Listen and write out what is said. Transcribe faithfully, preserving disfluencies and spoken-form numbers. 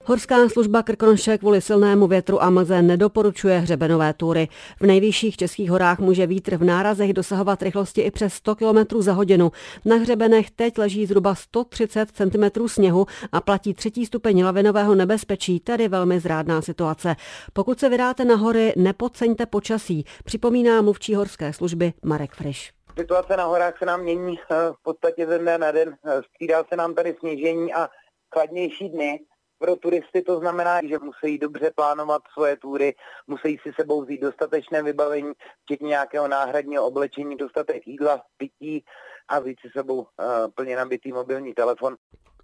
Horská služba Krkonoše kvůli silnému větru a mlze nedoporučuje hřebenové tury. V nejvyšších českých horách může vítr v nárazech dosahovat rychlosti i přes sto kilometrů za hodinu. Na hřebenech teď leží zhruba sto třicet centimetrů sněhu a platí třetí stupeň lavinového nebezpečí, tedy velmi zrádná situace. Pokud se vydáte na hory, nepodceňte počasí, připomíná mluvčí horské služby Marek Friš. Situace na horách se nám mění v podstatě ze dne na den. Střídá se nám tady sněžení a chladnější dny. Pro turisty to znamená, že musí dobře plánovat svoje túry, musí si sebou vzít dostatečné vybavení, včetně nějakého náhradního oblečení, dostatek jídla, pití a vzít si sebou uh, plně nabitý mobilní telefon.